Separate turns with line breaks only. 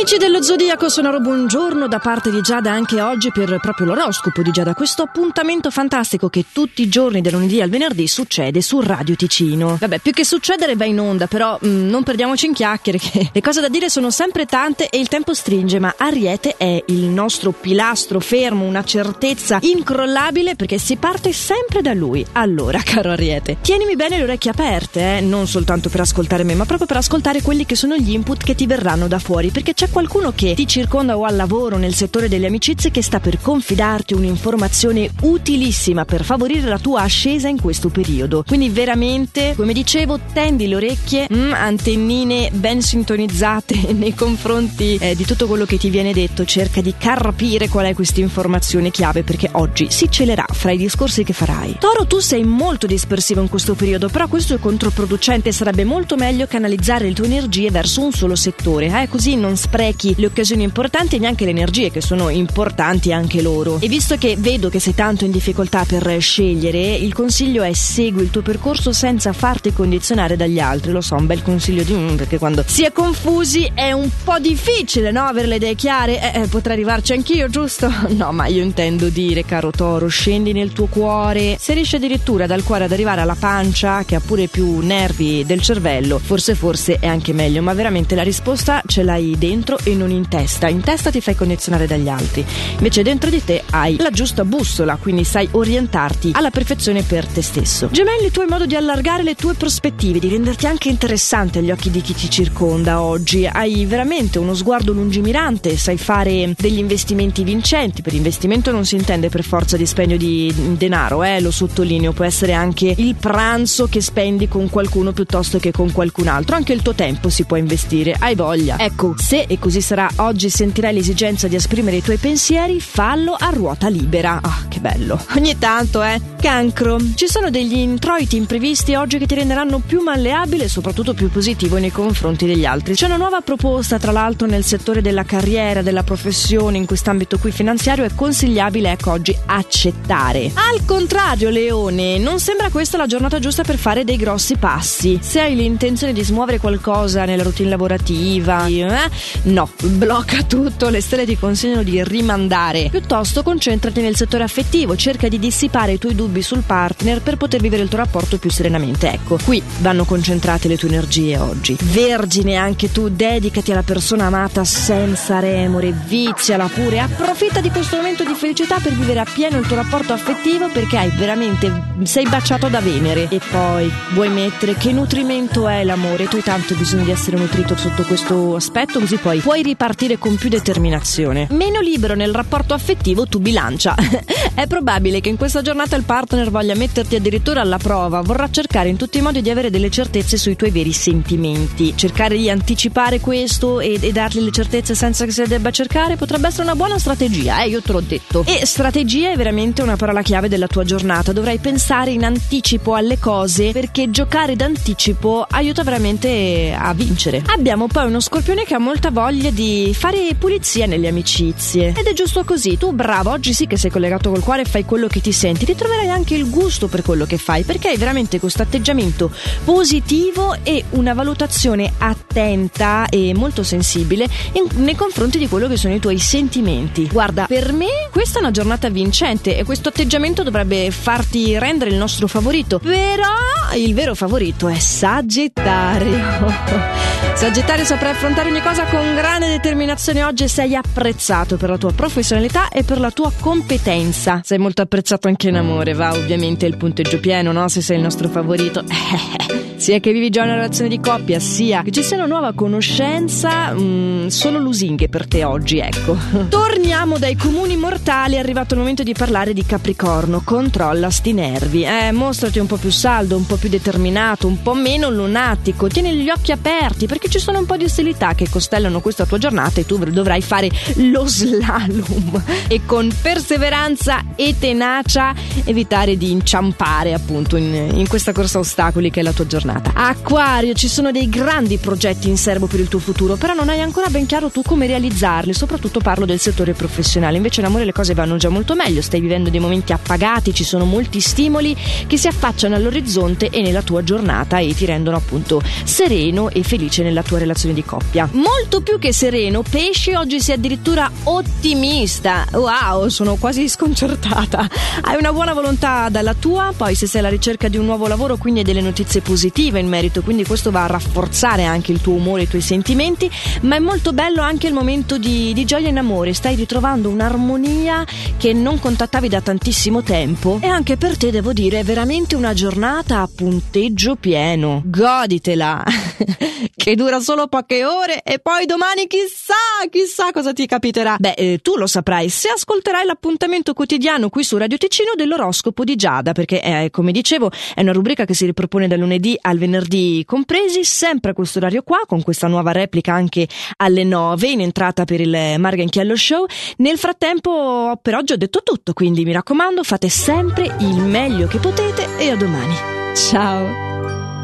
Amici dello Zodiaco, sonoro buongiorno da parte di Giada anche oggi per proprio l'oroscopo di Giada, questo appuntamento fantastico che tutti i giorni dal lunedì al venerdì succede su Radio Ticino. Vabbè, più che succedere va in onda, però non perdiamoci in chiacchiere che le cose da dire sono sempre tante e il tempo stringe, ma Ariete è il nostro pilastro fermo, una certezza incrollabile perché si parte sempre da lui. Allora, caro Ariete, tienimi bene le orecchie aperte, non soltanto per ascoltare me, ma proprio per ascoltare quelli che sono gli input che ti verranno da fuori, perché c'è qualcuno che ti circonda o al lavoro, nel settore delle amicizie, che sta per confidarti un'informazione utilissima per favorire la tua ascesa in questo periodo. Quindi veramente, come dicevo, tendi le orecchie, antennine ben sintonizzate nei confronti di tutto quello che ti viene detto. Cerca di capire qual è questa informazione chiave, perché oggi si celerà fra i discorsi che farai. Toro, tu sei molto dispersivo in questo periodo, però questo è controproducente. Sarebbe molto meglio canalizzare le tue energie verso un solo settore, così non sprechi le occasioni importanti e neanche le energie che sono importanti anche loro. E visto che vedo che sei tanto in difficoltà per scegliere, il consiglio è: segui il tuo percorso senza farti condizionare dagli altri. Lo so, un bel consiglio perché quando si è confusi è un po' difficile, no? Avere le idee chiare. Potrei arrivarci anch'io, giusto? No, ma io intendo dire, caro Toro, scendi nel tuo cuore. Se riesci addirittura dal cuore ad arrivare alla pancia, che ha pure più nervi del cervello, forse è anche meglio, ma veramente la risposta ce l'hai dentro e non in testa. In testa ti fai condizionare dagli altri, invece dentro di te hai la giusta bussola, quindi sai orientarti alla perfezione per te stesso. Gemelli, tu hai modo di allargare le tue prospettive, di renderti anche interessante agli occhi di chi ti circonda oggi. Hai veramente uno sguardo lungimirante, sai fare degli investimenti vincenti. Per investimento non si intende per forza dispendio di denaro, lo sottolineo, può essere anche il pranzo che spendi con qualcuno piuttosto che con qualcun altro. Anche il tuo tempo si può investire, hai voglia. Ecco, se, e così sarà, oggi sentirai l'esigenza di esprimere i tuoi pensieri, fallo a ruota libera. Che bello. Ogni tanto, Cancro, ci sono degli introiti imprevisti oggi che ti renderanno più malleabile e soprattutto più positivo nei confronti degli altri. C'è una nuova proposta, tra l'altro, nel settore della carriera, della professione, in quest'ambito qui finanziario. È consigliabile, oggi accettare. Al contrario, Leone, non sembra questa la giornata giusta per fare dei grossi passi. Se hai l'intenzione di smuovere qualcosa nella routine lavorativa, no, blocca tutto. Le stelle ti consigliano di rimandare. Piuttosto concentrati nel settore affettivo, cerca di dissipare i tuoi dubbi sul partner per poter vivere il tuo rapporto più serenamente. Ecco, qui vanno concentrate le tue energie oggi. Vergine, anche tu dedicati alla persona amata senza remore, viziala pure, approfitta di questo momento di felicità per vivere appieno il tuo rapporto affettivo, perché sei baciato da Venere. E poi vuoi mettere che nutrimento è l'amore? Tu hai tanto bisogno di essere nutrito sotto questo aspetto, così poi puoi ripartire con più determinazione. Meno libero nel rapporto affettivo, tu Bilancia. È probabile che in questa giornata il partner voglia metterti addirittura alla prova, vorrà cercare in tutti i modi di avere delle certezze sui tuoi veri sentimenti. Cercare di anticipare questo e dargli le certezze senza che se le debba cercare potrebbe essere una buona strategia, io te l'ho detto. E strategia è veramente una parola chiave della tua giornata. Dovrai pensare in anticipo alle cose, perché giocare d'anticipo aiuta veramente a vincere. Abbiamo poi uno Scorpione che ha molta voglia di fare pulizia nelle amicizie, ed è giusto così. Tu bravo, oggi sì che sei collegato col cuore, fai quello che ti senti, ritroverai anche il gusto per quello che fai, perché hai veramente questo atteggiamento positivo e una valutazione attenta e molto sensibile nei confronti di quello che sono i tuoi sentimenti. Guarda, per me questa è una giornata vincente e questo atteggiamento dovrebbe farti rendere il nostro favorito, però il vero favorito è Sagittario. Sagittario, saprai affrontare ogni cosa con grande determinazione oggi e sei apprezzato per la tua professionalità e per la tua competenza. Sei molto apprezzato anche in amore, va ovviamente il punteggio pieno, no? Se sei il nostro favorito. Sia che vivi già una relazione di coppia, sia che ci sia una nuova conoscenza, solo lusinghe per te oggi, ecco. Torniamo dai comuni mortali, è arrivato il momento di parlare di Capricorno. Controlla sti nervi, mostrati un po' più saldo, un po' più determinato, un po' meno lunatico, tieni gli occhi aperti, perché ci sono un po' di ostilità che costellano questa tua giornata e tu dovrai fare lo slalom e con perseveranza e tenacia evitare di inciampare appunto in questa corsa a ostacoli che è la tua giornata. Acquario, ci sono dei grandi progetti in serbo per il tuo futuro, però non hai ancora ben chiaro tu come realizzarli. Soprattutto parlo del settore professionale. Invece in amore le cose vanno già molto meglio, stai vivendo dei momenti appagati, ci sono molti stimoli che si affacciano all'orizzonte e nella tua giornata e ti rendono appunto sereno e felice nella nella tua relazione di coppia. Molto più che sereno, Pesce oggi sei addirittura ottimista. Wow, sono quasi sconcertata. Hai una buona volontà dalla tua, poi se sei alla ricerca di un nuovo lavoro, quindi hai delle notizie positive in merito, quindi questo va a rafforzare anche il tuo umore, i tuoi sentimenti, ma è molto bello anche il momento di gioia in amore. Stai ritrovando un'armonia che non contattavi da tantissimo tempo e anche per te devo dire è veramente una giornata a punteggio pieno. Goditela che dura solo poche ore e poi domani chissà cosa ti capiterà. Tu lo saprai se ascolterai l'appuntamento quotidiano qui su Radio Ticino dell'oroscopo di Giada, perché come dicevo è una rubrica che si ripropone dal lunedì al venerdì compresi, sempre a questo orario qua, con questa nuova replica anche alle 9 in entrata per il Marghenchiello Show. Nel frattempo per oggi ho detto tutto, quindi mi raccomando, fate sempre il meglio che potete e a domani. Ciao!